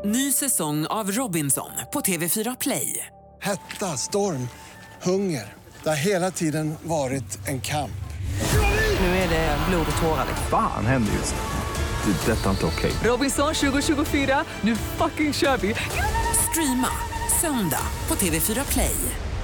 Ny säsong av Robinson på TV4 Play. Hetta, storm, hunger. Det har hela tiden varit en kamp. Nu är det blod och tårar. Fan händer just nu. Det. Detta är inte okej. Robinson 2024, nu fucking kör vi. Streama söndag på TV4 Play.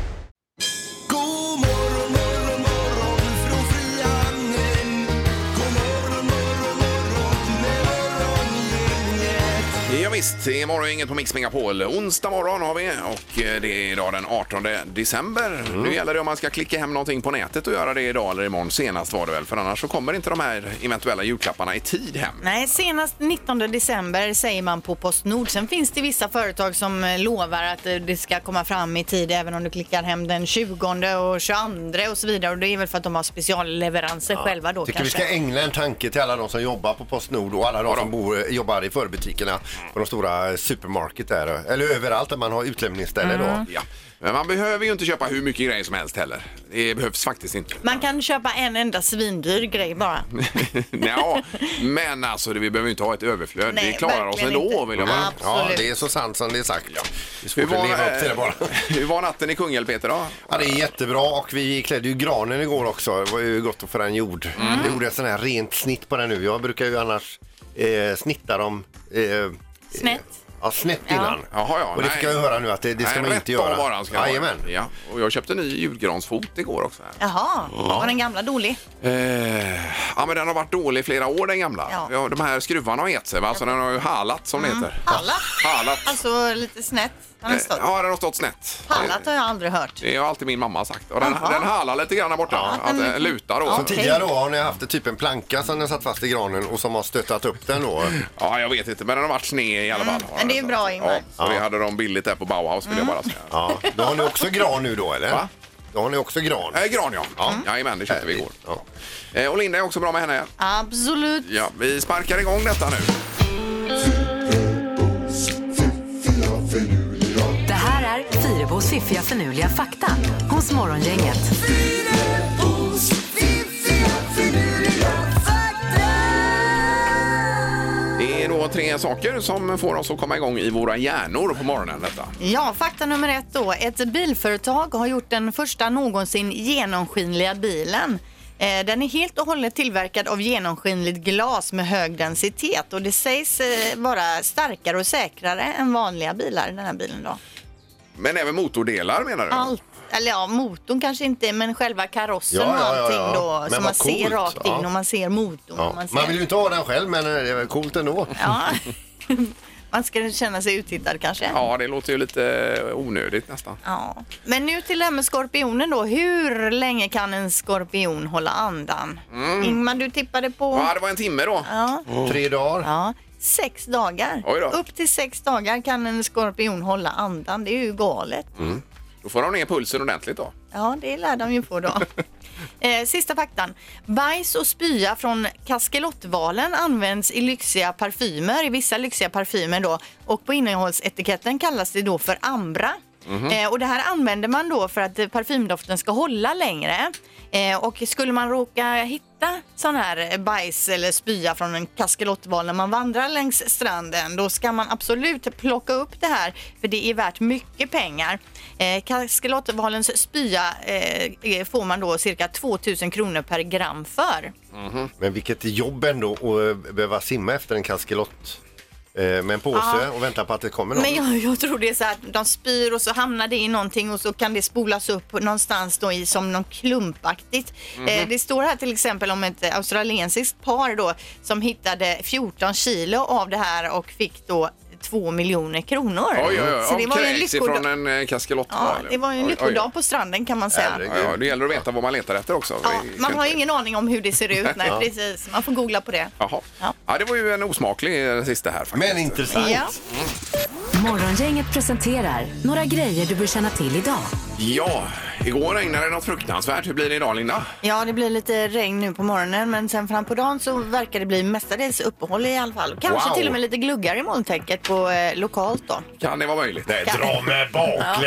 God morgon, morgon, morgon från Frihamnen. God morgon, morgon, morgon med morgongänget. Ja visst, det är morgongänget på Mix Megapol. Onsdag morgon har vi och det är idag den 18 december. Nu gäller det om man ska klicka hem någonting på nätet och göra det idag eller imorgon. Senast var det väl, för annars så kommer inte de här eventuella julklapparna i tid hem. Nej, senast 19 december säger man på Postnord. Sen finns det vissa företag som lovar att det ska komma fram i tid även om du klickar hem den 20 och 22 och så vidare. Och det är väl för att de har specialleveranser själva då tycker kanske. vi ska ägna en tanke till alla de som jobbar på Postnord och alla de som jobbar i förbutikerna på de stora supermarket där. Eller överallt där man har utlämningsställe då. Ja. Men man behöver ju inte köpa hur mycket grejer som helst heller. Det behövs faktiskt inte. Man kan köpa en enda svindyr grej bara. Ja, men alltså vi behöver inte ha ett överflöd. Nej, vi klarar oss verkligen ändå, inte. vill jag bara. Ja, Absolut. det är så sant som det är sagt. Ja. Det är svårt Hur att leva upp till det bara. hur var natten i Kungälv, Peter, då? Ja, det är jättebra och vi klädde ju granen igår också. Det var ju gott att få den gjord. Jag gjorde ett sån här rent snitt på den nu. Jag brukar ju annars snitta dem... Snett. Ja, snett innan. Jaha, ja. Och det fick jag ju höra nu att det ska man inte göra. Bara ska Jajamän. ja. Och jag köpte en ny julgransfot igår också. Här. Jaha, var den gamla dålig? Ja, men den har varit dålig i flera år, den gamla. Ja. De här skruvarna har gett sig, va? Alltså den har ju halat som det heter. Halat. Alltså lite snett. Har den stått? Ja, den har stått snett. Hallat har jag aldrig hört. Det har alltid min mamma sagt. Och den halar lite grann där borta. Att den lutar då. Ja. Så tidigare då har ni haft typ en planka som den satt fast i granen och som har stöttat upp den då. Ja, jag vet inte, men den har varit sned i alla fall. Men det är bra, Ingmar. Ja, så vi hade dem billigt där på Bauhaus, vill jag bara säga. Ja, då har ni också gran nu då, eller? Va? Då har ni också gran. Gran, ja. Jajamän, det köpte vi igår. Ja. Och Linda är också bra med henne. Absolut. Ja, vi sparkar igång detta nu. Det här är Fyrebos fiffiga förnuliga fakta hos Morgongänget. Fyrebos fiffiga finurliga fakta. Det är då 3 saker som får oss att komma igång i våra hjärnor på morgonen detta. Ja, fakta nummer 1 då. Ett bilföretag har gjort den första någonsin genomskinliga bilen. Den är helt och hållet tillverkad av genomskinligt glas med hög densitet och det sägs vara starkare och säkrare än vanliga bilar, den här bilen då. Men även motordelar menar du? Allt, eller ja, motorn kanske inte, men själva karossen Ja, och allting då, Men som man vad ser coolt. rakt in och man ser motorn. Ja. Och man, ser... Man vill ju inte ha den själv, men det är väl coolt ändå. Ja, man ska känna sig uttittad kanske. Ja, det låter ju lite onödigt nästan. Ja. Men nu till det här med skorpionen då. Hur länge kan en skorpion hålla andan? Ingmar, du tippade på... Ja, det var en timme då. Ja. 3 dagar. Ja, 6 dagar. Oj då. Upp till 6 dagar kan en skorpion hålla andan. Det är ju galet. Då får de ner pulsen ordentligt då. Ja, det lär de ju på då. Sista faktan. Bajs och spya från kaskelottvalen används i lyxiga parfymer, i vissa lyxiga parfymer då. Och på innehållsetiketten kallas det då för ambra. Och det här använder man då för att parfymdoften ska hålla längre. Och skulle man råka hitta sån här bajs eller spya från en kaskelottval när man vandrar längs stranden, då ska man absolut plocka upp det här, för det är värt mycket pengar. Kaskelottvalens spya får man då cirka 2000 kronor per gram för. Men vilket jobb ändå att behöva simma efter en kaskelott med en påse och vänta på att det kommer någon. Men jag tror det är så att de spyr och så hamnar det i någonting och så kan det spolas upp någonstans då i som någon klumpaktigt. Det står här till exempel om ett australiensiskt par då som hittade 14 kilo av det här och fick då 2 miljoner kronor. Oj. Så det var ju en från en kaskelott. Ja, det var ju en lyckodag på stranden kan man säga. Ja, det gäller att veta vad man letar efter också. Ja, man har ju ingen aning om hur det ser ut. Nej, precis. Man får googla på det. Jaha. Ja, det var ju en osmaklig sista här faktiskt. Men intressant. Ja. Morgongänget presenterar några grejer du bör känna till idag. Ja, igår regnade det något fruktansvärt. Hur blir det idag, Linda? Ja, det blir lite regn nu på morgonen, men sen fram på dagen så verkar det bli mestadels uppehåll i alla fall. Kanske till och med lite gluggar i molntäcket på lokalt då. Kan det vara möjligt? Nej, dra med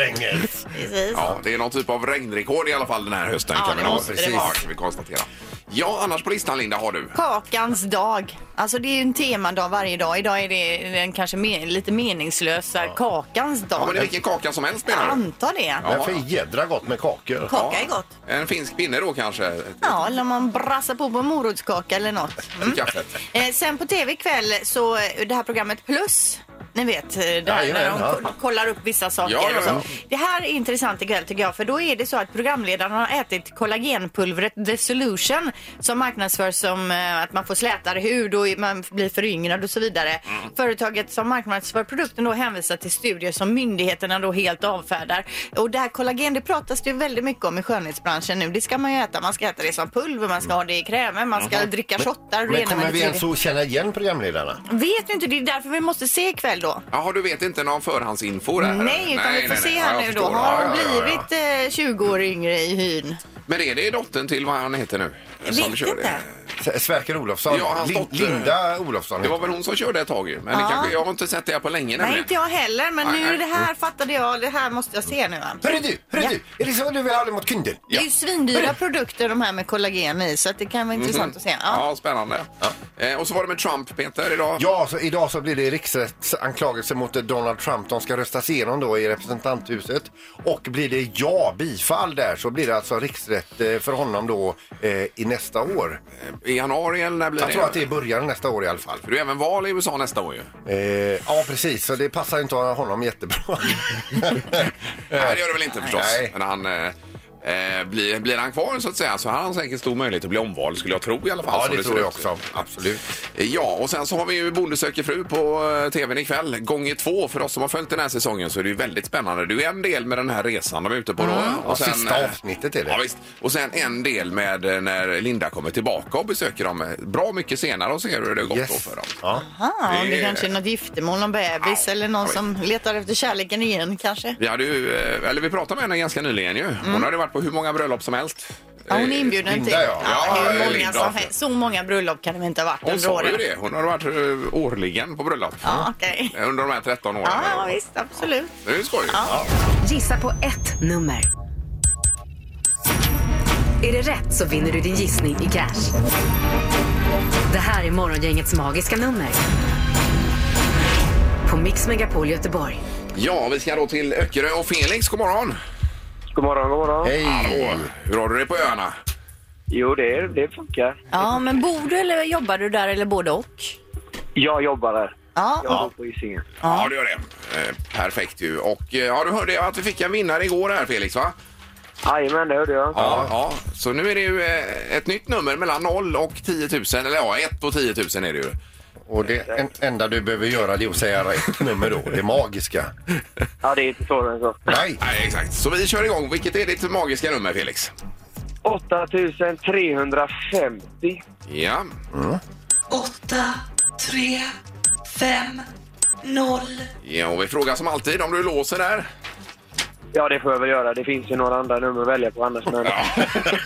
baklänges. Precis. Ja, det är någon typ av regnrekord i alla fall den här hösten Ja, kan det vi måste det vara. kan vi konstatera. Ja, annars på listan, Linda, har du? Kakans dag. Alltså det är ju en temadag varje dag. Idag är det en kanske lite meningslös kakans dag. Ja, men det är vilken kaka som helst, menar Jag du? antar det. Men för jädra gott med kakor. Kaka är gott. En finsk pinne då kanske? Ja, eller man brassar på en morotskaka eller något. I kaffet. Sen på tv ikväll så det här programmet Plus, ni vet, där när de kollar upp vissa saker. Ja. Och så. Det här är intressant ikväll tycker jag, för då är det så att programledarna har ätit kollagenpulvret The Solution som marknadsförs som att man får slätare hud och man blir föryngrad och så vidare. Företaget som marknadsför produkten då hänvisar till studier som myndigheterna då helt avfärdar. Och det här kollagen, det pratas det ju väldigt mycket om i skönhetsbranschen nu. Det ska man ju äta. Man ska äta det som pulver, man ska ha det i krämen, man ska dricka shottar. Men kommer vi ens att känna igen programledarna? Vet inte, det är därför vi måste se ikväll då. Jaha, du vet inte någon förhandsinfo där? Nej, utan vi får se här nu då. Förstår. Har hon blivit 20 år yngre i hyn? Men är det dottern till vad han heter nu? Jag vet inte. Sverker Olofsson. Ja, hans dotter. Linda Olofsson. Det var väl hon som körde ett tag ju. Men det kanske, jag har inte sett det på länge. Nej, nämligen. inte jag heller, men Nej, nu nej. det här fattade jag. Det här måste jag se nu. Va? Hörru du, är det så du vill ha det mot kunden? Det är ju svindyra produkter de här med kollagen i, så att det kan vara intressant att se. Ja, spännande. Och så var det med Trump, Peter, idag. Ja, så idag så blir det riksrättsanklagelse mot Donald Trump. De ska röstas igenom då i representanthuset. Och blir det bifall där så blir det alltså riksrätt för honom då i nästa år. I januari eller när blir Jag det? tror att det är början nästa år i alla fall. För det är även val i USA nästa år ju. Ja, precis. Så det passar inte honom jättebra. Nej, det gör det väl inte förstås. Nej. Men han... blir han kvar så att säga så har han säkert stor möjlighet att bli omvald skulle jag tro i alla fall. Ja, så det tror jag också. Absolut. Ja, och sen så har vi ju Bonde söker fru på tvn ikväll. Gånger 2 för oss som har följt den här säsongen så är det ju väldigt spännande. Det är en del med den här resan de är ute på då. Och sen, sista avsnittet är det. Ja, visst. Och sen en del med när Linda kommer tillbaka och besöker dem bra mycket senare och ser hur det gått då för dem. Ja. Aha, det kanske är något giftermål, någon bebis eller någon som letar efter kärleken igen kanske. Vi hade ju, eller vi pratade med henne ganska nyligen ju. Hon hade varit på hur många bröllop som helst. Ja, hon är inbjuden Linda, till. ja. Hur många Linda. som helst. Så många bröllop kan det inte ha varit Hon under sa åren. ju det. Hon har varit årligen på bröllop. Ja, okej. Under de här 13 åren. Ja, visst, absolut. Det är ju skoj. Ja. Gissa på ett nummer. Är det rätt så vinner du din gissning i cash. Det här är Morgongängets magiska nummer. På Mix Megapol Göteborg. Ja, vi ska då till Öckerö och Felix. God morgon. God morgon, god morgon. Hej! Hallå. Hur har du det på öarna? Jo, det funkar. Ja, men bor du eller jobbar du där eller både och? Jag jobbar där. Ja. Jag bor på Hisingen. Ja, det gör det. Perfekt ju. Och ja, du hörde att vi fick en vinnare igår här, Felix, va? Jajamän, det hörde jag. Ja. Så nu är det ju ett nytt nummer mellan 0 och 10 000. Eller ja, 1 och 10 000 är det ju. Och det enda du behöver göra det är att säga rätt nummer då. Det magiska. Ja, det är inte svårare än så. Nej. Nej, exakt. Så vi kör igång. Vilket är ditt magiska nummer, Felix? 8350. Ja. 8, 3, 5, 0. Ja, och vi frågar som alltid om du låser där. Ja, det får jag väl göra. Det finns ju några andra nummer att välja på annars. Men... Ja.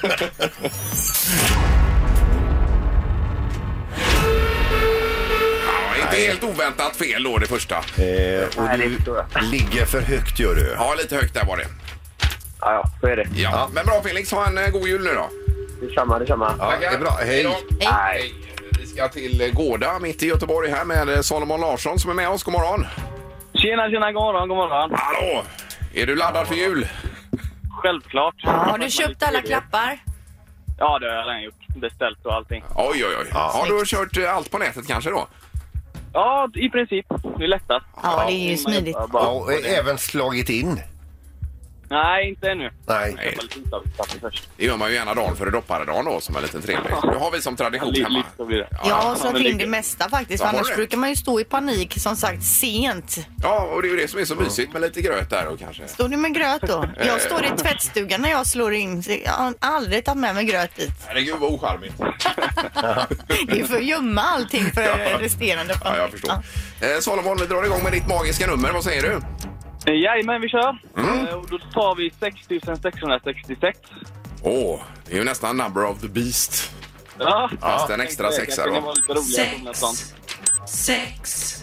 Inte helt oväntat fel då det första. Och Nej, det du förstår jag. ligger för högt gör du. Ja, lite högt där var det. Ja, så är det. Ja. Men bra Felix, ha en god jul nu då. Detsamma. Ja, det är bra. Hej. då. Hej. Vi ska till Gårda mitt i Göteborg här med Salomon Larsson som är med oss. God morgon. Tjena, god morgon, god morgon. Hallå! Är du laddad för jul? Självklart. Ja, har du köpt alla klappar? Ja, det har jag redan gjort. Beställt och allting. Oj. Ja, du har kört allt på nätet kanske då? Ja, i princip. Det är lättast. Ja, det är ju smidigt. Ja, och även slagit in. Nej, inte ännu. Nej. Nej. Jag lite installkaffe först. Det gör man ju gärna dagen före dopparedagen då som är lite trevlig. Nu har vi som tradition hemma. Lite så blir det. Ja, så men till det- det mesta faktiskt. Ja, För har annars du det? brukar man ju stå i panik, som sagt, sent. Ja, och det är ju det som är så mysigt med lite gröt där och kanske. Står du med gröt då? Jag står i tvättstugan när jag slår in. Jag har aldrig tagit med mig gröt dit. Herregud vad ocharmigt. Det är för att gömma allting för resterande Ja, familj. jag förstår. Salomon, vi drar igång med ditt magiska nummer. Vad säger du? Jajamän, vi kör. Och då tar vi 6666. Det är ju nästan number of the beast. Ja. Fast en extra sexa Det då. var lite roligare med sånt. 6,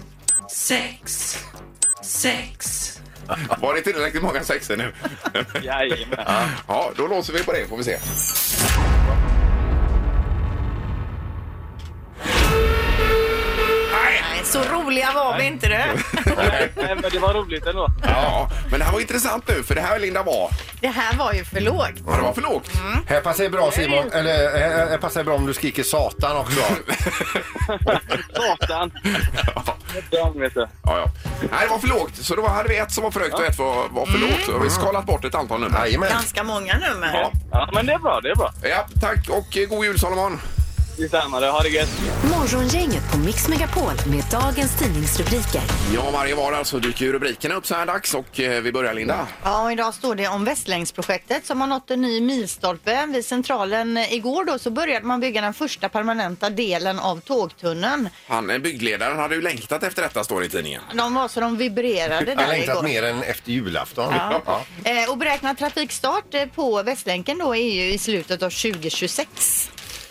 6. Var det tillräckligt många sexor nu? Jajamän. Ja, då låser vi på det får vi se. Så roliga var vi inte det. Nej, men det var roligt ändå. Ja, men det här var intressant nu, för det här Linda var... Det här var ju för lågt. Ja, det var för lågt. Här passar det bra Simon, eller här passar det bra om du skriker satan också. Satan. Den vet du. Ja. Nej, det var för lågt. Så då hade vi ett som var för högt och ett var för lågt. Så har vi skalat bort ett antal nummer. Jajamän. Ganska många nummer. Ja, men det är bra, det är bra. Ja, tack och god jul Solomon. Detsamma, det har det gött. Morgongänget på Mix Megapol med dagens tidningsrubriker. Ja, varje vardag så dyker ju rubrikerna upp så här dags och vi börjar Linda. Ja, och idag står det om Västlänksprojektet som har nått en ny milstolpe. Vid centralen igår då så började man bygga den första permanenta delen av tågtunneln. Byggledaren hade ju längtat efter detta, står det i tidningen. De var så de vibrerade Jag har där längtat igår. mer än efter julafton. Ja. Och beräknad trafikstart på Västlänken då är ju i slutet av 2026.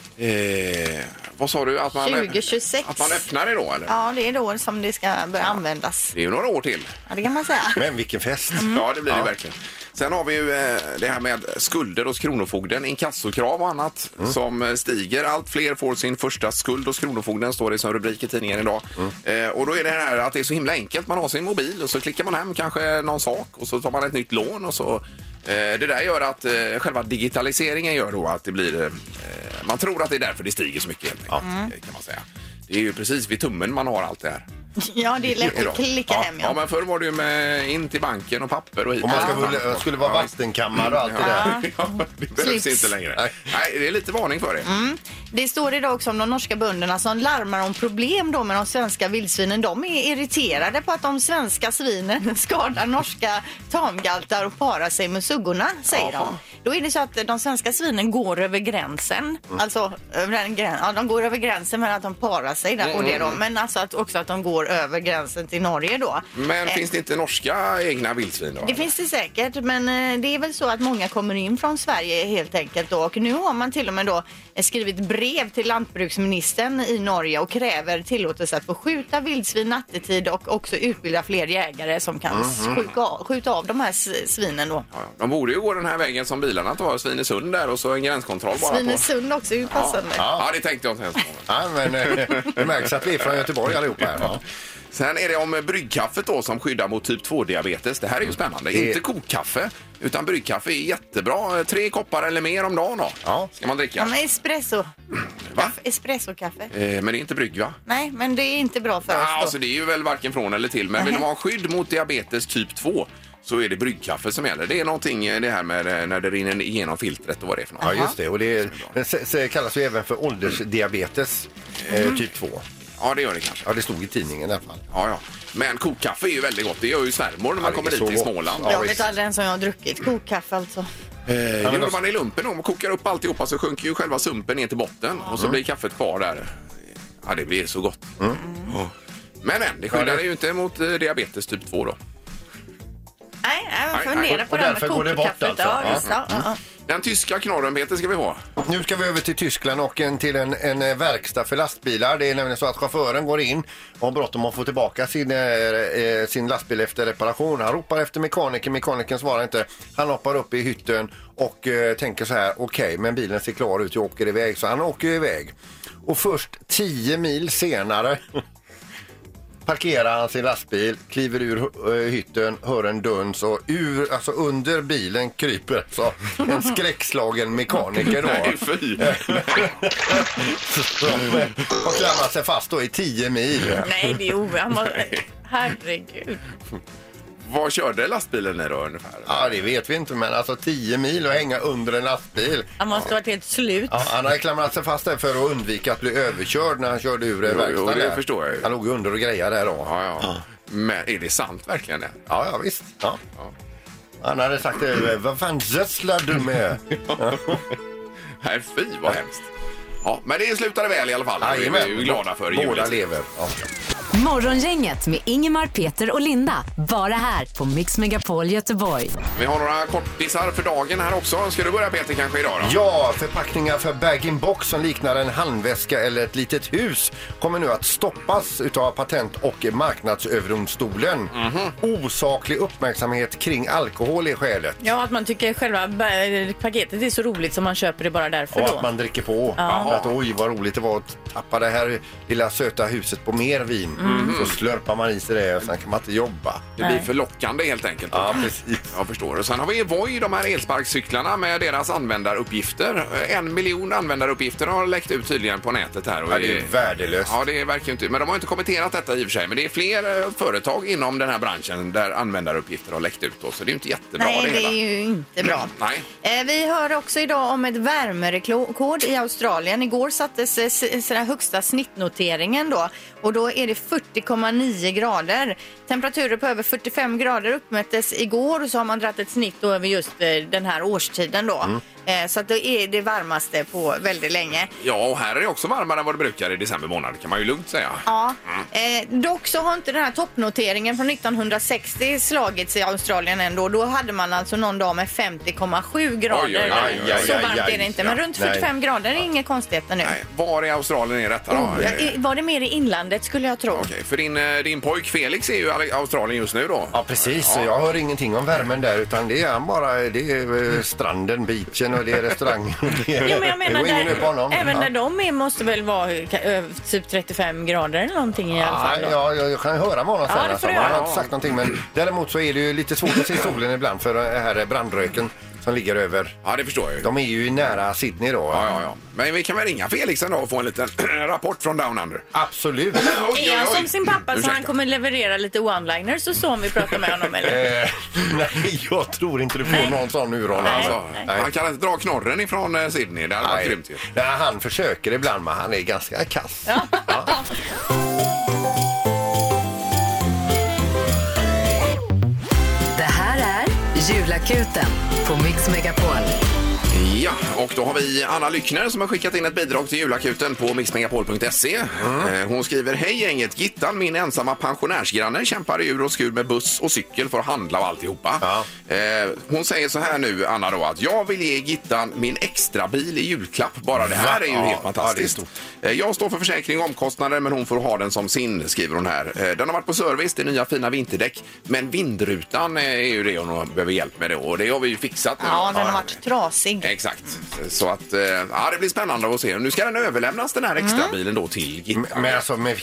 Vad sa du? Att man 2026. Att man öppnar det då eller? Ja, det är då som det ska börja användas. Det är ju några år till. Ja, det kan man säga. Men vilken fest. Ja, det blir det verkligen. Sen har vi ju det här med skulder hos Kronofogden, inkassokrav och annat som stiger. Allt fler får sin första skuld hos Kronofogden, står det som rubrik i tidningen idag. Och då är det här att det är så himla enkelt. Man har sin mobil och så klickar man hem kanske någon sak och så tar man ett nytt lån och så... Det där gör att själva digitaliseringen gör då att det blir... man tror att det är därför det stiger så mycket helt enkelt, kan man säga. Det är ju precis vid tummen man har allt det här. Ja, det är lätt att klicka hem. Ja, men förr var det ju med in till banken och papper och hit. Och man skulle vara vattenkammare och allt det där. Ja, det behövs inte längre. Nej, det är lite varning för det. Det står idag också om de norska bönderna som larmar om problem då med de svenska vildsvinen. De är irriterade på att de svenska svinen skadar norska tamgaltar och parar sig med suggorna, säger de. Då är det så att de svenska svinen går över gränsen. Alltså, de går över gränsen men att de parar sig där och det då. Men alltså också att de går över gränsen till Norge då. Men finns det inte norska egna vildsvin då? Det finns det säkert, men det är väl så att många kommer in från Sverige helt enkelt då. Och nu har man till och med då skrivit brev till lantbruksministern i Norge och kräver tillåtelse att få skjuta vildsvin nattetid och också utbilda fler jägare som kan skjuta av de här svinen då. Ja, de borde ju gå den här vägen som bilarna tar, Svinesund där och så en gränskontroll bara Svinesund också är ju passande. Ja, det tänkte jag inte ens på. Ja, men det märks att vi är från Göteborg allihopa här. Ja. Sen är det om bryggkaffet då som skyddar mot typ 2-diabetes. Det här är ju spännande. Inte kokkaffe, utan bryggkaffe är jättebra. 3 koppar eller mer om dagen då. Ja. Ska man dricka. Ja, men espresso. Va? Espresso-kaffe. Men det är inte brygg, va? Nej, men det är inte bra för oss då. Alltså det är ju väl varken från eller till. Men vill man ha skydd mot diabetes typ 2 så är det bryggkaffe som gäller. Det är någonting det här med när det rinner igenom filtret och vad det är för något. Ja, just det. Och det kallas ju även för åldersdiabetes typ 2. Ja, det gör det kanske. Ja, det stod i tidningen i alla fall. Ja. Men kokkaffe är ju väldigt gott. Det gör ju svärmor när man kommer dit till Småland. Jag vet aldrig ens om jag har druckit kokkaffe alltså. Det gör man i lumpen om och kokar upp alltihopa så sjunker ju själva sumpen ner till botten och så blir kaffet kvar där. Ja, det blir så gott. Men det skyddar ju inte mot diabetes typ 2 då. Nej, jag funderar på det med kokkaffet. Alltså. Den tyska knorren, Peter, ska vi ha. Nu ska vi över till Tyskland och till en verkstad för lastbilar. Det är nämligen så att chauffören går in och har bråttom att få tillbaka sin lastbil efter reparation. Han ropar efter mekanikern svarar inte. Han hoppar upp i hytten och tänker så här, okej, men bilen ser klar ut, jag åker iväg. Så han åker iväg. Och först 10 mil senare parkerar han sin lastbil, kliver ur hytten, hör en duns och under bilen kryper alltså en skräckslagen mekaniker då. Nej, fy! Och klamrar sig fast då i 10 mil. Nej, det är ovärmare. Herregud. Vad körde lastbilen då ungefär? Ja, det vet vi inte, men alltså 10 mil och hänga under en lastbil. Han måste ha varit helt slut. Ja, han har klamrat sig fast där för att undvika att bli överkörd när han körde ur verkstaden. Det förstår jag ju. Han låg under och grejade där då. Ja. Men är det sant verkligen det? Ja, visst. Ja. Han hade sagt det, vad fan gödslar du med? Nej, fy vad hemskt. Ja, men det slutade väl i alla fall. Ja, det är vi glada för. Båda lever. Ja. Morgongänget med Ingemar, Peter och Linda. Bara här på Mix Megapol Göteborg. Vi har några kortisar för dagen här också. Ska du börja, Peter, kanske idag då? Ja, förpackningar för bag-in-box som liknar en handväska eller ett litet hus kommer nu att stoppas utav Patent- och marknadsöverdomstolen. Osaklig uppmärksamhet kring alkohol är skälet. Ja, att man tycker själva paketet är så roligt som man köper det bara därför och då. Att man dricker på. Ja. Att oj vad roligt det var att tappa det här lilla söta huset på mer vin. Så slurpar man i sig det och sen kan man inte jobba. Det blir för lockande helt enkelt. Ja, precis. Jag förstår. Och sen har vi Voi, de här elsparkcyklarna med deras användaruppgifter. 1 miljon användaruppgifter har läckt ut tydligen på nätet här. Och Ja, det är värdelöst. Ja, det verkar ju inte. Men de har inte kommenterat detta i och för sig. Men det är fler företag inom den här branschen där användaruppgifter har läckt ut. Då, så det är ju inte jättebra. Nej, det är ju inte bra. Nej. Vi hör också idag om ett värmerekord i Australien. Igår sattes den högsta snittnoteringen då. Och då är det 40,9 grader. Temperaturer på över 45 grader uppmättes igår. Och så har man dratt ett snitt då över just den här årstiden då. Så att det är det varmaste på väldigt länge. Ja, och här är det också varmare än vad det brukar i december månad, kan man ju lugnt säga. Ja, dock så har inte den här toppnoteringen från 1960 slagits i Australien ändå. Då hade man alltså någon dag med 50,7 grader. Så varmt är det inte, men runt 45 grader är inga konstigheter nu. Nej. Var i Australien är detta då? Var det mer i inlandet skulle jag tro. Okej, för din pojk Felix är ju i Australien just nu då. Ja, precis. Jag hör ingenting om värmen där, utan det är stranden, beachen och det är restaurangen. Jo, men jag menar, även där de är måste väl vara typ 35 grader eller någonting i alla fall. Ja, jag kan höra vad säger. Alltså, man har inte sagt någonting, men däremot så är det ju lite svårt att se solen ibland för det här brandröken som ligger över. Ja, det förstår jag ju. De är ju nära Sydney då. Ja. Men vi kan väl ringa Felix ändå och få en liten rapport från Down Under. Absolut. Är han som sin pappa så han kommer leverera lite one-liners och så om vi pratar med honom eller? Nej, jag tror inte du får någon sån ur honom. Nej. Han kan inte dra knorren ifrån Sydney. Det hade varit grymt ju. Nej, han försöker ibland, men han är ganska kass. Ja. Det här är Julakuten på Mix Megapol. Ja, och då har vi Anna Lyckner som har skickat in ett bidrag till julakuten på mixmegapol.se. Hon skriver: hej gänget, Gittan, min ensamma pensionärsgranne, kämpar i ur och skur med buss och cykel för att handla och alltihopa. Hon säger så här nu, Anna då, att jag vill ge Gittan min extra bil i julklapp. Bara det här är ju helt fantastiskt. Jag står för försäkring och omkostnader, men hon får ha den som sin, skriver hon här. Den har varit på service, det är nya fina vinterdäck, men vindrutan är ju det hon behöver hjälp med det, och det har vi ju fixat nu. Ja, den har varit trasig. Exakt. Så att det blir spännande att se. Nu ska den överlämnas, den här extra bilen då, till Gittan. Men alltså, med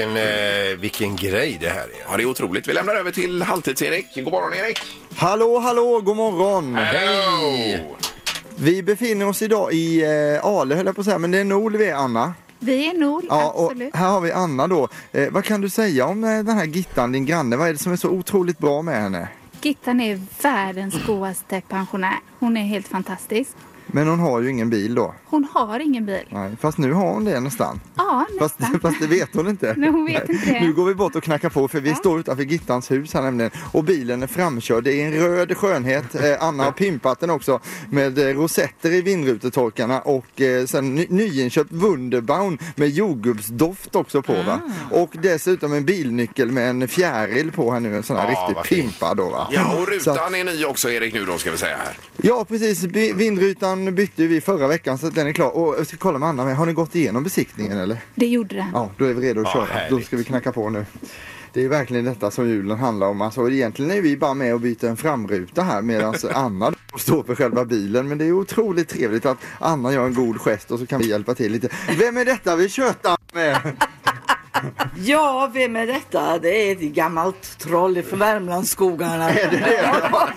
vilken grej det här är. Ja, det är otroligt. Vi lämnar över till Halvtids-Erik. God morgon, Erik. Hallå, god morgon. Hej! Vi befinner oss idag i Ale, höll jag på att säga, men det är Nol vi är, Anna. Vi är Nol, absolut. Och här har vi Anna då. Vad kan du säga om den här Gittan, din granne? Vad är det som är så otroligt bra med henne? Gittan är världens godaste pensionär. Hon är helt fantastisk. Men hon har ju ingen bil då. Hon har ingen bil. Nej, fast nu har hon det nästan. Ja, nästan. Fast det vet hon inte. Nej, hon vet inte det. Nu går vi bort och knackar på, för vi står utanför Gittans hus här nämligen. Och bilen är framkörd. Det är en röd skönhet. Anna har pimpat den också med rosetter i vindrutetorkarna. Och sen nyinköpt Wunderbaum med jordgubbsdoft också på, va? Och dessutom en bilnyckel med en fjäril på här nu. En sån här riktigt pimpad då, va? Ja, och rutan är ny också, Erik, nu då ska vi säga här. Ja, precis. Vindrutan bytte vi förra veckan så att den är klar. Och jag ska kolla med Anna, har ni gått igenom besiktningen eller? Det gjorde den. Ja, då är vi redo att köra. Härligt. Då ska vi knacka på nu. Det är verkligen detta som julen handlar om. Alltså, egentligen är vi bara med och byter en framruta här medan Anna står för själva bilen. Men det är otroligt trevligt att Anna gör en god gest och så kan vi hjälpa till lite. Vem är detta vi tjötar med? Ja, vem är detta? Det är ett gammalt troll från Värmlandsskogarna. Är det det?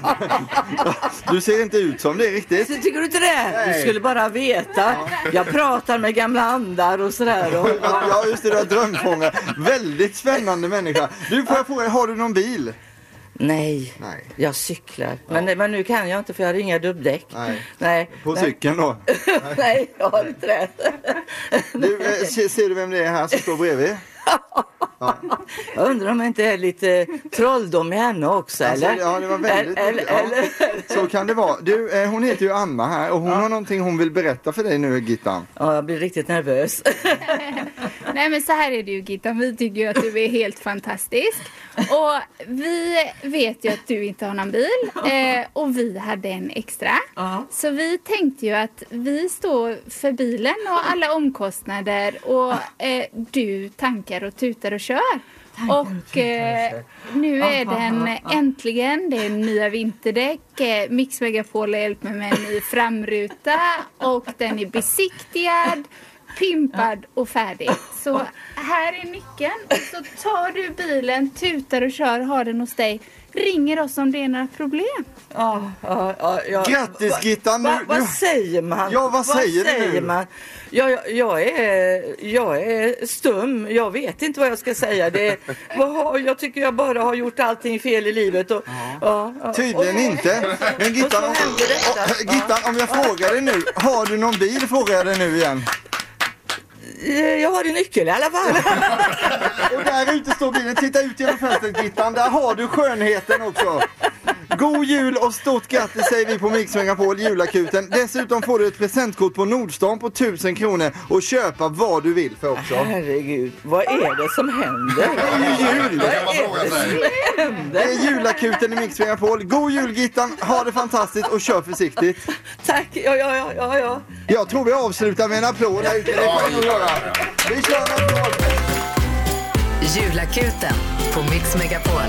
Du ser inte ut som det riktigt. Tycker du inte det? Nej. Du skulle bara veta. Jag pratar med gamla andar och sådär. Ja, just det, där drömfångare. Väldigt spännande människa. Du, får jag fråga, har du någon bil? Nej, jag cyklar. Men nu kan jag inte för jag har inga dubbdäck. Nej. På cykeln då? Nej, jag har inte det. Du, ser du vem det är här som står bredvid? Ja. Jag undrar om det inte är lite trolldom i henne också, alltså, eller? Ja, det var väldigt eller. Så kan det vara. Du, hon heter ju Anna här och hon har någonting hon vill berätta för dig nu, Gittan. Ja, jag blir riktigt nervös. Nej, men så här är det ju, Gittan. Vi tycker ju att du är helt fantastisk. Och vi vet ju att du inte har någon bil. Och vi hade en extra. Så vi tänkte ju att vi står för bilen och alla omkostnader. Och du tankar och tutar och kör. Och nu är den äntligen, det är nya vinterdäck, Mix Megapol har hjälpt mig med en ny framruta och den är besiktigad pimpad och färdig. Så här är nyckeln. Och så tar du bilen, tutar och kör, har den hos dig. Ringer oss om det är några problem. Grattis Gittan! Vad säger man? Ja, vad säger du? Man? Jag är stum. Jag vet inte vad jag ska säga. Jag tycker jag bara har gjort allting fel i livet. Tydligen inte. Men Gittan, om jag frågar dig nu, har du någon bil, frågar jag dig nu igen. Jag har en nyckel i alla fall. Och där ute står bilen. Titta ut genom fönstret Gittan. Där har du skönheten också. God jul och stort grattis säger vi på Mix Megapol, julakuten. Dessutom får du ett presentkort på Nordstan på 1000 kronor och köpa vad du vill för också. Herregud, vad är det som händer? Det är ju jul. Det är julakuten i Mix Megapol. God jul Gittan, ha det fantastiskt och kör försiktigt. Tack, ja. Jag tror vi avslutar med en applåd här ute. Vi kör en applåd. Julakuten på Mix Megapol.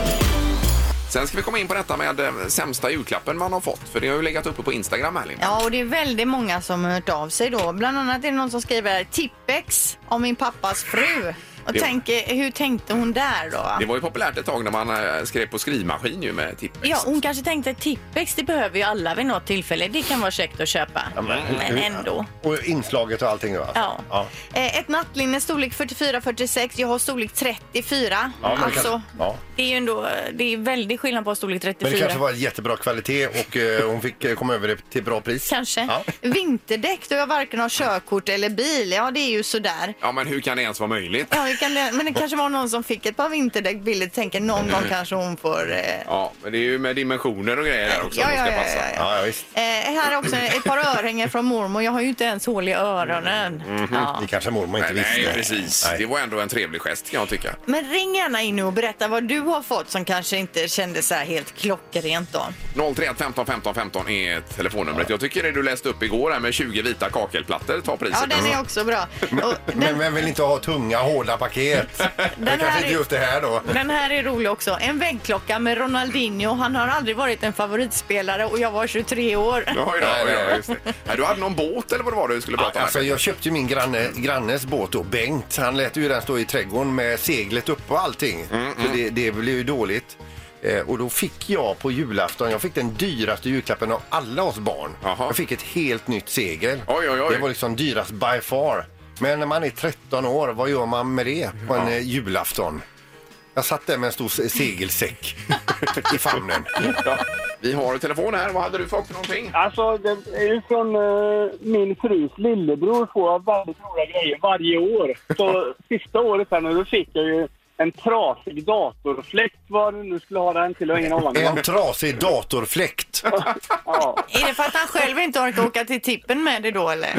Sen ska vi komma in på detta med sämsta julklappen man har fått. För det har ju legat uppe på Instagram här, Linda. Ja, och det är väldigt många som har hört av sig då. Bland annat är det någon som skriver Tippex om min pappas fru. Och hur tänkte hon där då? Det var ju populärt ett tag när man skrev på skrivmaskin ju med Tippex. Ja, hon kanske tänkte Tippex, det behöver ju alla vid något tillfälle. Det kan vara käckt att köpa. Ja, men ändå. Och inslaget och allting då? Ja. Ett nattlinne storlek 44-46. Jag har storlek 34. Ja, det är ju ändå, det är väldigt skillnad på storlek 34. Men det kanske var jättebra kvalitet och hon fick komma över det till bra pris. Kanske. Ja. Vinterdäck då jag varken har körkort eller bil. Ja, det är ju sådär. Ja, men hur kan det ens vara möjligt? Ja, men det kanske var någon som fick ett par vinterdäck billigt. Tänker någon gång kanske hon får... Ja, men det är ju med dimensioner och grejer där också. Ja, visst. Här är också ett par örhängen från mormor. Jag har ju inte ens hål i öronen. Det kanske mormor inte visste. Nej, precis. Nej. Det var ändå en trevlig gest kan jag tycka. Men ring gärna in och berätta vad du har fått som kanske inte kändes så här helt klockrent då. 031 15 15 15 är telefonnumret. Jag tycker det du läste upp igår här med 20 vita kakelplattor tar priset. Ja, den är också bra. Men vem vill inte ha tunga, hårda paket? Det kanske inte just det här då. Den här är rolig också. En väggklocka med Ronaldinho. Han har aldrig varit en favoritspelare och jag var 23 år. Ja, just det. Du hade någon båt eller vad det var du skulle prata om? Alltså, jag köpte ju min grannes båt då, Bengt. Han lät ju den stå i trädgården med seglet upp och allting. Så det blev ju dåligt. Och då fick jag på julafton, jag fick den dyraste julklappen av alla oss barn. Aha. Jag fick ett helt nytt segel. Oj. Det var liksom dyrast by far. Men när man är 13 år, vad gör man med det på en julafton? Jag satt där med en stor segelsäck i famnen. Ja. Vi har telefon här. Vad hade du fått för någonting? Alltså, det är ju från min frus lillebror får jag väldigt roliga grejer varje år. Så sista året här nu, då fick jag ju en trasig datorfläkt. Vad du nu skulle ha den till och ingen aning. En trasig datorfläkt? Ja. Är det för att han själv inte orkar åka till tippen med det då, eller?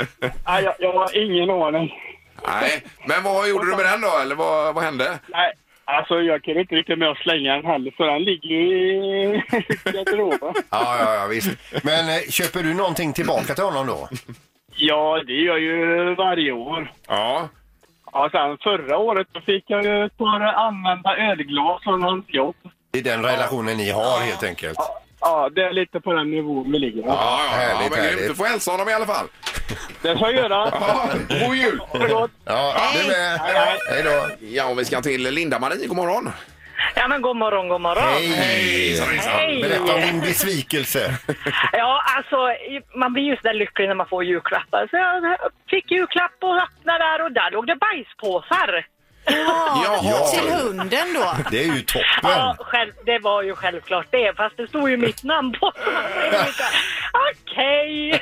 Nej, jag har ingen aning. Nej, men vad gjorde du med den då? Eller vad hände? Nej, alltså jag kan inte riktigt med att slänga den heller. För den ligger i garderoben. Ja, visst. Men köper du någonting tillbaka till honom då? Ja, det gör jag ju varje år. Ja. Ja, sen förra året så fick jag ju ett par använda ölglas från hans jobb. Det är den relationen ni har helt enkelt. Ja, det är lite på den nivån vi ligger. Ja, härligt. Du får hälsa honom i alla fall. Det ska jag göra. Ja, god jul. Ja, det med. Hej då. Ja, och vi ska till Linda-Marie. God morgon. Ja, men god morgon. Hej. Berätta om din besvikelse. Ja, alltså man blir ju så där lycklig när man får julklappar. Så jag fick julklapp och öppnade där och där låg det bajspåsar. Ja, till hunden då. Det är ju toppen. Ja, det var ju självklart det, fast det stod ju mitt namn på. Okej.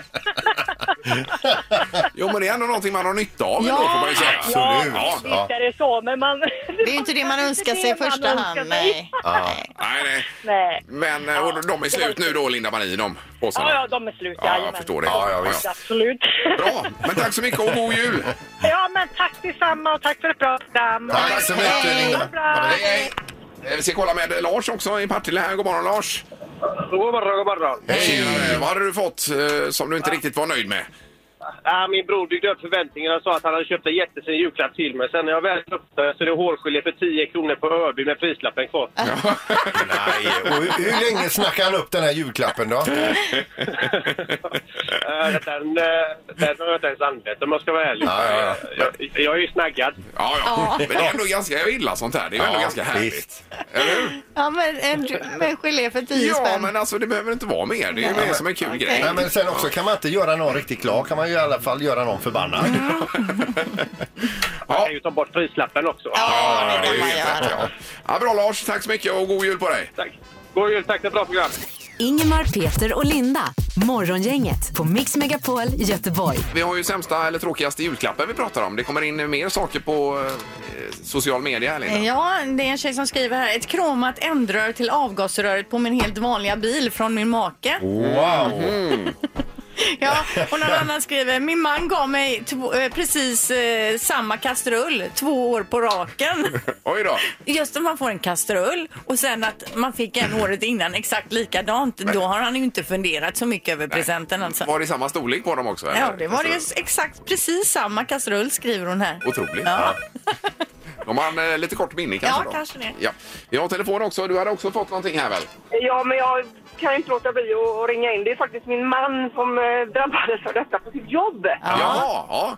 Jo, men det är ändå någonting man har nytta av då, får man ju säga. Ja, visst är det så, men man... Det är ju inte det man önskar sig i första hand, nej. Nej. Men och de är slut nu då, Linda-Marie, de påsarna? Ja, de är slut. Ja, jag förstår det. Ja, visst. Absolut. Bra, men tack så mycket och god jul. Ja, men tack detsamma och tack för ett bra program. Tack så mycket, Linda. Hej. Vi ska kolla med Lars också i Partille här. God morgon, Lars. God morgon. Hej, vad hade du fått som du inte riktigt var nöjd med? Ja, min bror byggde upp förväntningarna och sa att han hade köpt en jättefin julklapp till mig. Sen när jag väl köpte så är det hårgelé för 10 kronor på Örby med prislappen kvar. Nej, och hur länge snackar han upp den här julklappen då? Den har jag inte ens använt om man ska vara ärlig. Jag är ju snaggad. Ja. Men det är ändå ganska illa sånt här. Det är ju ändå ganska härligt. Eller hur? Ja, men en gelé för 10 spänn. Ja, men alltså det behöver inte vara mer. Det är ju mer som en kul grej. Nej, men sen också kan man inte göra någon riktigt klar. Kan man ju i alla fall göra någon förbannad. Man kan ju ta bort prislappen också. Ja, det kan man göra. Ja, bra Lars, tack så mycket och god jul på dig. Tack. God jul, tack för ett bra program. Ingemar, Peter och Linda. Morgongänget på Mix Megapol Göteborg. Vi har ju sämsta eller tråkigaste julklappen vi pratar om. Det kommer in mer saker på social media, Linda. Ja, det är en tjej som skriver här. Ett kromat ändrör till avgasröret på min helt vanliga bil från min make. Wow! Ja, och någon annan skriver, min man gav mig precis samma kastrull 2 år på raken. Oj då. Just om man får en kastrull och sen att man fick en året innan exakt likadant, då har han ju inte funderat så mycket över presenten. Alltså. Var det samma storlek på dem också? Eller? Ja, det var det exakt precis samma kastrull, skriver hon här. Otroligt. Ja. De har lite kort minne kanske. Ja, då. kanske det. Ja. Vi har telefon också. Du hade också fått någonting här väl? Ja, men jag kan inte låta bli att ringa in. Det är faktiskt min man som drabbades av detta på sitt jobb. Ja.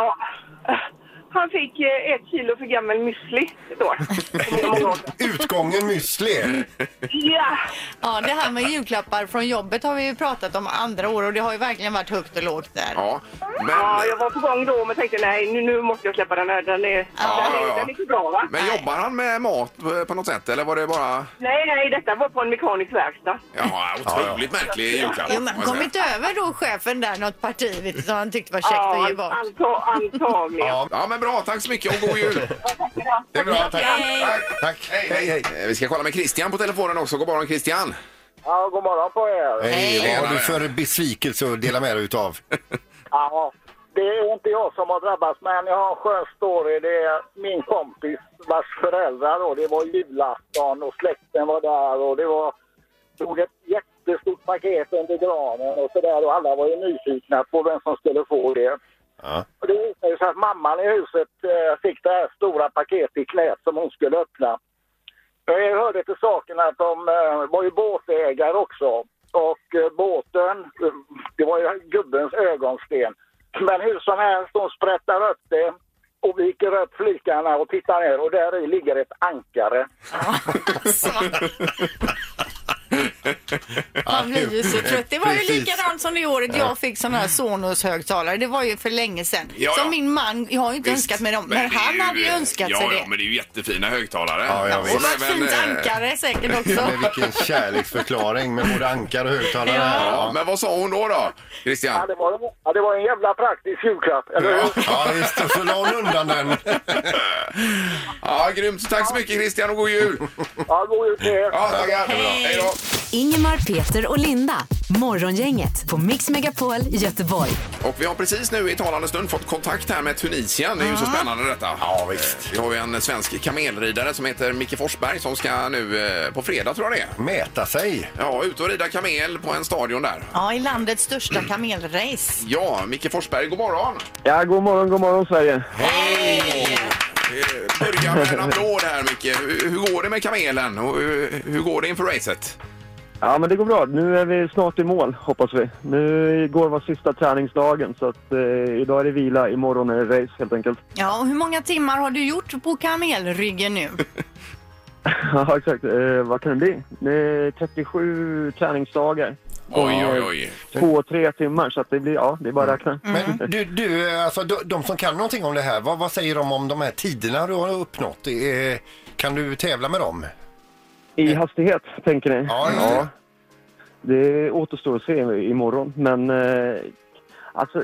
Han fick 1 kilo för gammal müsli då. Utgången müsli. Ja. Ja, det här med julklappar från jobbet har vi ju pratat om andra år och det har ju verkligen varit högt och lågt där. Ja, men... Ja, jag var på gång då men tänkte nej, nu måste jag släppa den här. Den är så bra, va? Men jobbar han med mat på något sätt eller var det bara... Nej, detta var på en mekanisk verkstad. Ja, otroligt märklig julklapp. Jo, men kom inte över då chefen där något parti som han tyckte var käckt att ge bort? Antagligen. Ja, men bra. Tack så mycket och god jul. Det är bra. Tack. Tack. Hej. Vi ska kolla med Christian på telefonen också. God morgon, Christian. Ja, god morgon på er. Hej, vad har du för besvikelse att dela med dig utav? Ja, det är inte jag som har drabbats, men jag har en skön story. Det är min kompis vars föräldrar då. Det var julafton och släkten var där och det stod ett jättestort paket under granen och sådär och alla var ju nyfikna på vem som skulle få det. Ja. Och det visade ju så att mamman i huset fick det här stora paketet i knät som hon skulle öppna. Jag hörde till saken att de var ju båtägare också. Och båten, det var ju gubbens ögonsten. Men hur som helst, de sprättar upp det och viker upp flikarna och tittar ner och där i ligger ett ankare. Han blir ju så trött. Det var ju likadant som det året jag fick sån här Sonos-högtalare. Det var ju för länge sedan. Som min man, jag har ju inte önskat med dem, men han hade ju önskat sig det. Ja, men det är ju jättefina högtalare. Ja, och ett fint ankare säkert också. Men vilken kärleksförklaring med både ankare och högtalare. Ja, men vad sa hon då, Christian? Ja, det var en jävla praktisk julklapp, eller hur? Ja, just det. Så la hon undan den. Ja, grymt. Tack så mycket, Christian, och god jul. Ja, god jul till er. Ja, tackar. Hej då. Ingemar, Peter och Linda. Morgongänget på Mix Megapol Göteborg. Och vi har precis nu i talande stund fått kontakt här med Tunisien. Det är ju så spännande detta. Ja, visst. Vi har ju en svensk kamelridare som heter Micke Forsberg som ska nu på fredag, tror jag det är. Mäta sig. Ja, ut och rida kamel på en stadion där. Ja, i landets största kamelrace. Ja, Micke Forsberg, god morgon. Ja, god morgon Sverige. Hej! Börja med en applåd här, Micke. Hur går det med kamelen och hur går det inför racet? Ja, men det går bra. Nu är vi snart i mål, hoppas vi. Igår var sista träningsdagen, så att idag är det vila, imorgon är det race helt enkelt. Ja, och hur många timmar har du gjort på kamelryggen nu? Ja, exakt. Vad kan det bli? Det är 37 träningsdagar. Oj. 2-3 timmar, så att det blir, det är bara att räkna. Men du alltså de som kan någonting om det här, vad säger de om de här tiderna du har uppnått? Kan du tävla med dem? I hastighet, tänker ni? Ja. Det återstår att se imorgon, men alltså,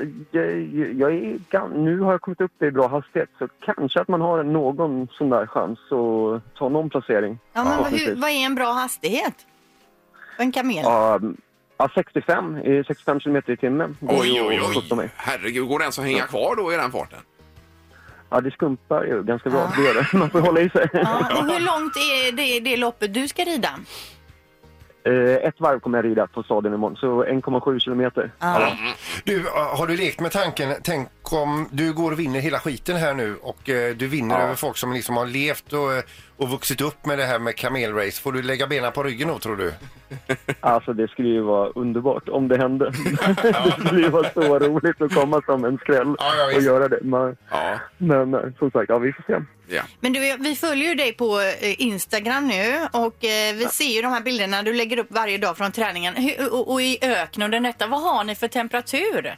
nu har jag kommit upp i bra hastighet, så kanske att man har någon sån där chans att ta någon placering. Ja, men vad är en bra hastighet? En kamel? Ja, 65 kilometer i timmen. Oj. Herregud, går det ens att hänga kvar då i den farten? Ja, det skumpar ju ganska bra. Det gör det. Man får hålla i sig. Ja, och hur långt är det loppet du ska rida? Ett varv kommer jag rida på stadion imorgon, så 1,7 kilometer. Ja. Du, har du lekt med tanken, tänk du går och vinner hela skiten här nu och du vinner över folk som liksom har levt och vuxit upp med det här med kamelrace. Får du lägga benen på ryggen då, tror du? Alltså det skulle ju vara underbart om det hände. Det skulle ju vara så roligt att komma som en skräll och göra det. Men som sagt, vi får se. Ja. Men du, vi följer ju dig på Instagram nu och vi ser ju de här bilderna du lägger upp varje dag från träningen. Och i öknen och detta, vad har ni för temperatur?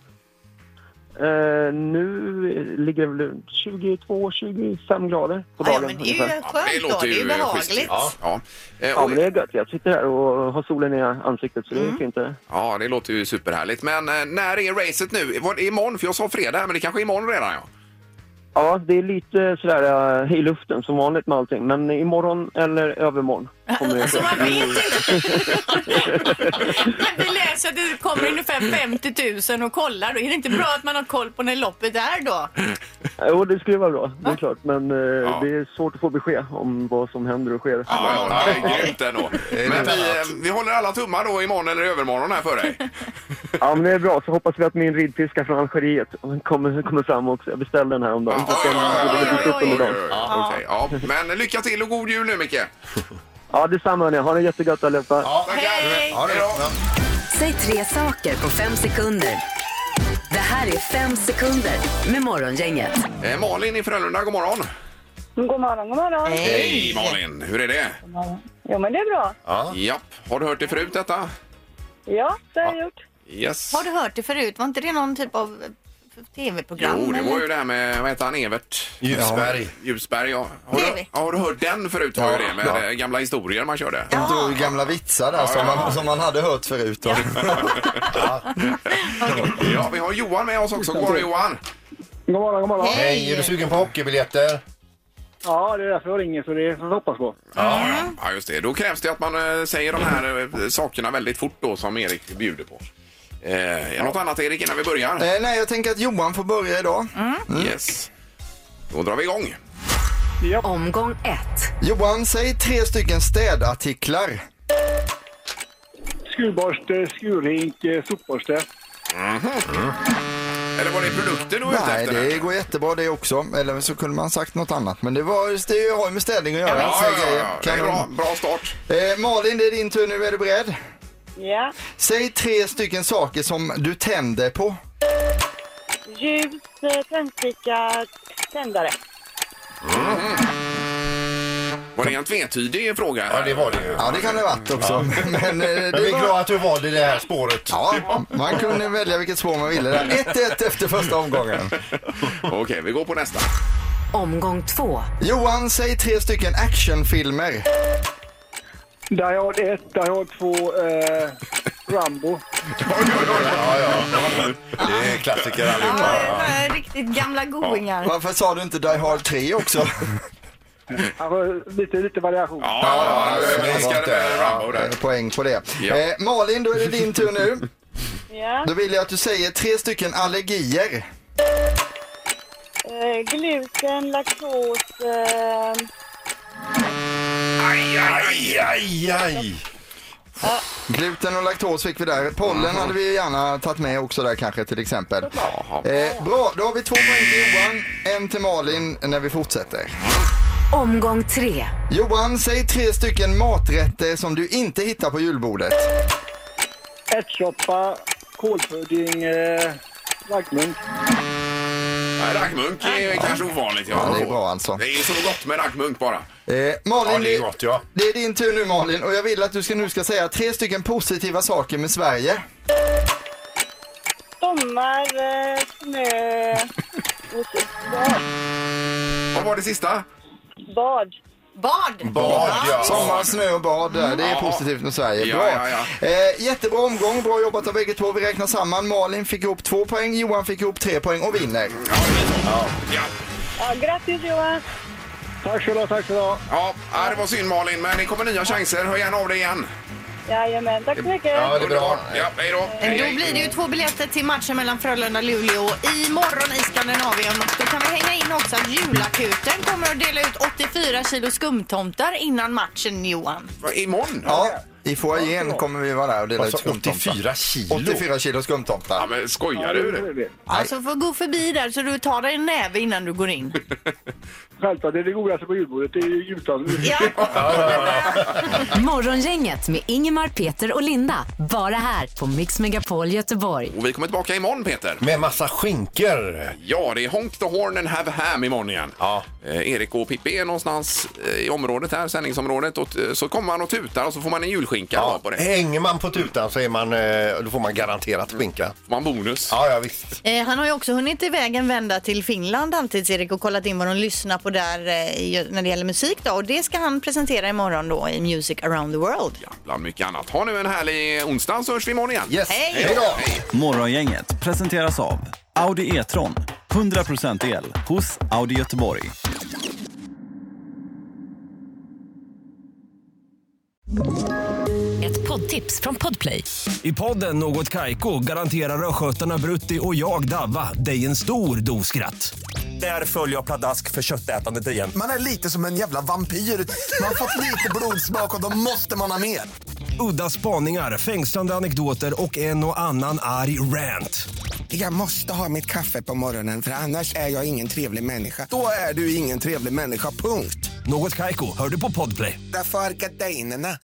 Nu ligger det väl 22-25 grader på dagen. Ja, men det är ju skönt då, det är ju behagligt. Ja, men det är gött. Jag sitter här och har solen i ansiktet så det är fint. Ja, det låter ju superhärligt. Men när är racet nu? Var det imorgon? För jag sa fredag, men det kanske är imorgon redan, ja. Ja, det är lite sådär i luften som vanligt med allting. Men imorgon eller övermorgon kommer det. Alltså man vet inte. Men vi läser att det kommer ungefär 50 000 och kollar. Då är det inte bra att man har koll på när loppet är då? Jo, det skulle vara bra. Det är klart. Men det är svårt att få besked om vad som händer och sker. Ja, det är grymt ändå. Men vi håller alla tummar då imorgon eller övermorgon här för dig. Ja, men det är bra. Så hoppas vi att min ridpiska från Algeriet kommer fram också. Jag beställde den här om dagen. Ja, men lycka till och god jul nu, Micke. Ja, detsamma hörni. Ha det jättegott allihopa. Ja, hej! Ha det bra. Säg 3 saker på 5 sekunder. Det här är 5 sekunder med Morgongänget. Malin i Frölunda, god morgon. God morgon, god morgon. Hej Malin, hur är det? Ja, men det är bra. Japp, har du hört det förut detta? Ja, det har jag gjort. Yes. Har du hört det förut? Var inte det någon typ av tv-program? Jo, det var ju det här med, vad heter han, Evert? Ljusberg, ja. Har du hört den förut? Har ju det med gamla historier man körde. Gamla vitsar där som man hade hört förut. Då. Ja, vi har Johan med oss också. God morgon, Johan. God morgon, god morgon. Hej, är du sugen på hockeybiljetter? Ja, det är därför jag ringer, så det får vi hoppas på. Ja, just det. Då krävs det att man säger de här sakerna väldigt fort då, som Erik bjuder på. Något annat, Erik, innan vi börjar? Nej, jag tänker att Johan får börja idag. Yes. Då drar vi igång. Omgång 1. Johan, säg 3 stycken städartiklar. Skurborste, skurhink, sopborste. Eller var det produkter du är ute efter? Nej, det går jättebra det också. Eller så kunde man sagt något annat. Men det har ju med städning att göra. Det är bra start. Malin, det är din tur nu. Är du beredd? Ja. Säg 3 stycken saker som du tänder på. Ljus, tändsticka, tändare. Var det en tvetydig fråga? Ja, det var det ju. Ja, det kan det ha varit också. Men vi är glada att du valde det här spåret. Ja, man kunde välja vilket spår man ville. 1-1 efter första omgången. Okej, vi går på nästa. Omgång 2. Johan, säg 3 stycken actionfilmer. Die Hard 1, Die Hard 2, Rambo. Det är klassiker allihopa. Riktigt gamla goingar. Varför sa du inte Die Hard 3 också? Alltså, lite variation. Poäng på det. Malin, då är det din tur nu. Ja. Då vill jag att du säger 3 stycken allergier. Gluten, laktos... Aj. Gluten och laktos fick vi där. Pollen hade vi gärna tagit med också där kanske till exempel. Bra, då har vi 2 poäng till Johan, 1 till Malin när vi fortsätter. Omgång 3. Johan, säg 3 stycken maträtter som du inte hittar på julbordet. Ärtsoppa, kålpudding, raggmunk. Raggmunk är kanske ovanligt. Ja, det är bra alltså. Det är så gott med raggmunk bara. Malin, det är gott, ja. Det är din tur nu, Malin, och jag vill att du nu ska säga 3 stycken positiva saker med Sverige. Sommar, snö och bad. Vad var det sista? Bad. Sommar, snö och bad där. Det är positivt med Sverige. Bra. Jättebra omgång. Bra jobbat av bägge två. Vi räknar samman. Malin fick ihop 2 poäng. Johan fick ihop 3 poäng och vinner. Ja, grattis Johan. Tack så mycket. Ja, det var synd Malin, men det kommer nya chanser. Hör gärna av dig igen. Jajamän, tack så mycket. Ja, det är bra. Ja, hej då. Då blir det ju 2 biljetter till matchen mellan Frölunda och Luleå imorgon i Skandinavien. Och då kan vi hänga in också att julakuten kommer att dela ut 84 kilo skumtomtar innan matchen, Johan. Imorgon? Ja. I foajén kommer vi vara där och dela ut skumtomtar. 84 kilo? 84 kilo skumtomtar. Ja, men skojar du? Alltså får gå förbi där så du tar dig en näve innan du går in. Självklart, det är det godaste på julbordet. Det är ju jultomten. Morgongänget med Ingemar, Peter och Linda. Bara här på Mix Megapol Göteborg. Och vi kommer tillbaka imorgon, Peter. Med massa skinkor. Ja, det är Honk the Horn and Have Ham imorgon igen. Ja. Erik och Pippi är någonstans i området här, sändningsområdet. Och så kommer man och tutar och så får man en julskinka på det. Hänger man på tutan så är man, då får man garanterat skinka. Får man bonus. Ja, visst. Han har ju också hunnit iväg en vända till Finland, Halvtids-Erik, och kollat in vad de lyssnar på där när det gäller musik då. Och det ska han presentera imorgon då i Music Around the World. Ja, bland mycket annat. Ha nu en härlig onsdag, så hörs vi imorgon igen. Yes. Hej då! Hej. Morgongänget presenteras av Audi E-tron. 100% el hos Audi Göteborg. Ett poddtips från Podplay. I podden Något Kaiko garanterar östgötarna Brutti och jag Davva dig en stor doskratt. Där följer jag pladask för köttätandet igen. Man är lite som en jävla vampyr. Man har fått lite blodsmak och då måste man ha mer. Udda spaningar, fängslande anekdoter och en och annan arg rant. Jag måste ha mitt kaffe på morgonen för annars är jag ingen trevlig människa. Då är du ingen trevlig människa, punkt. Något Kaiko, hör du på Podplay. Därför är gardinerna.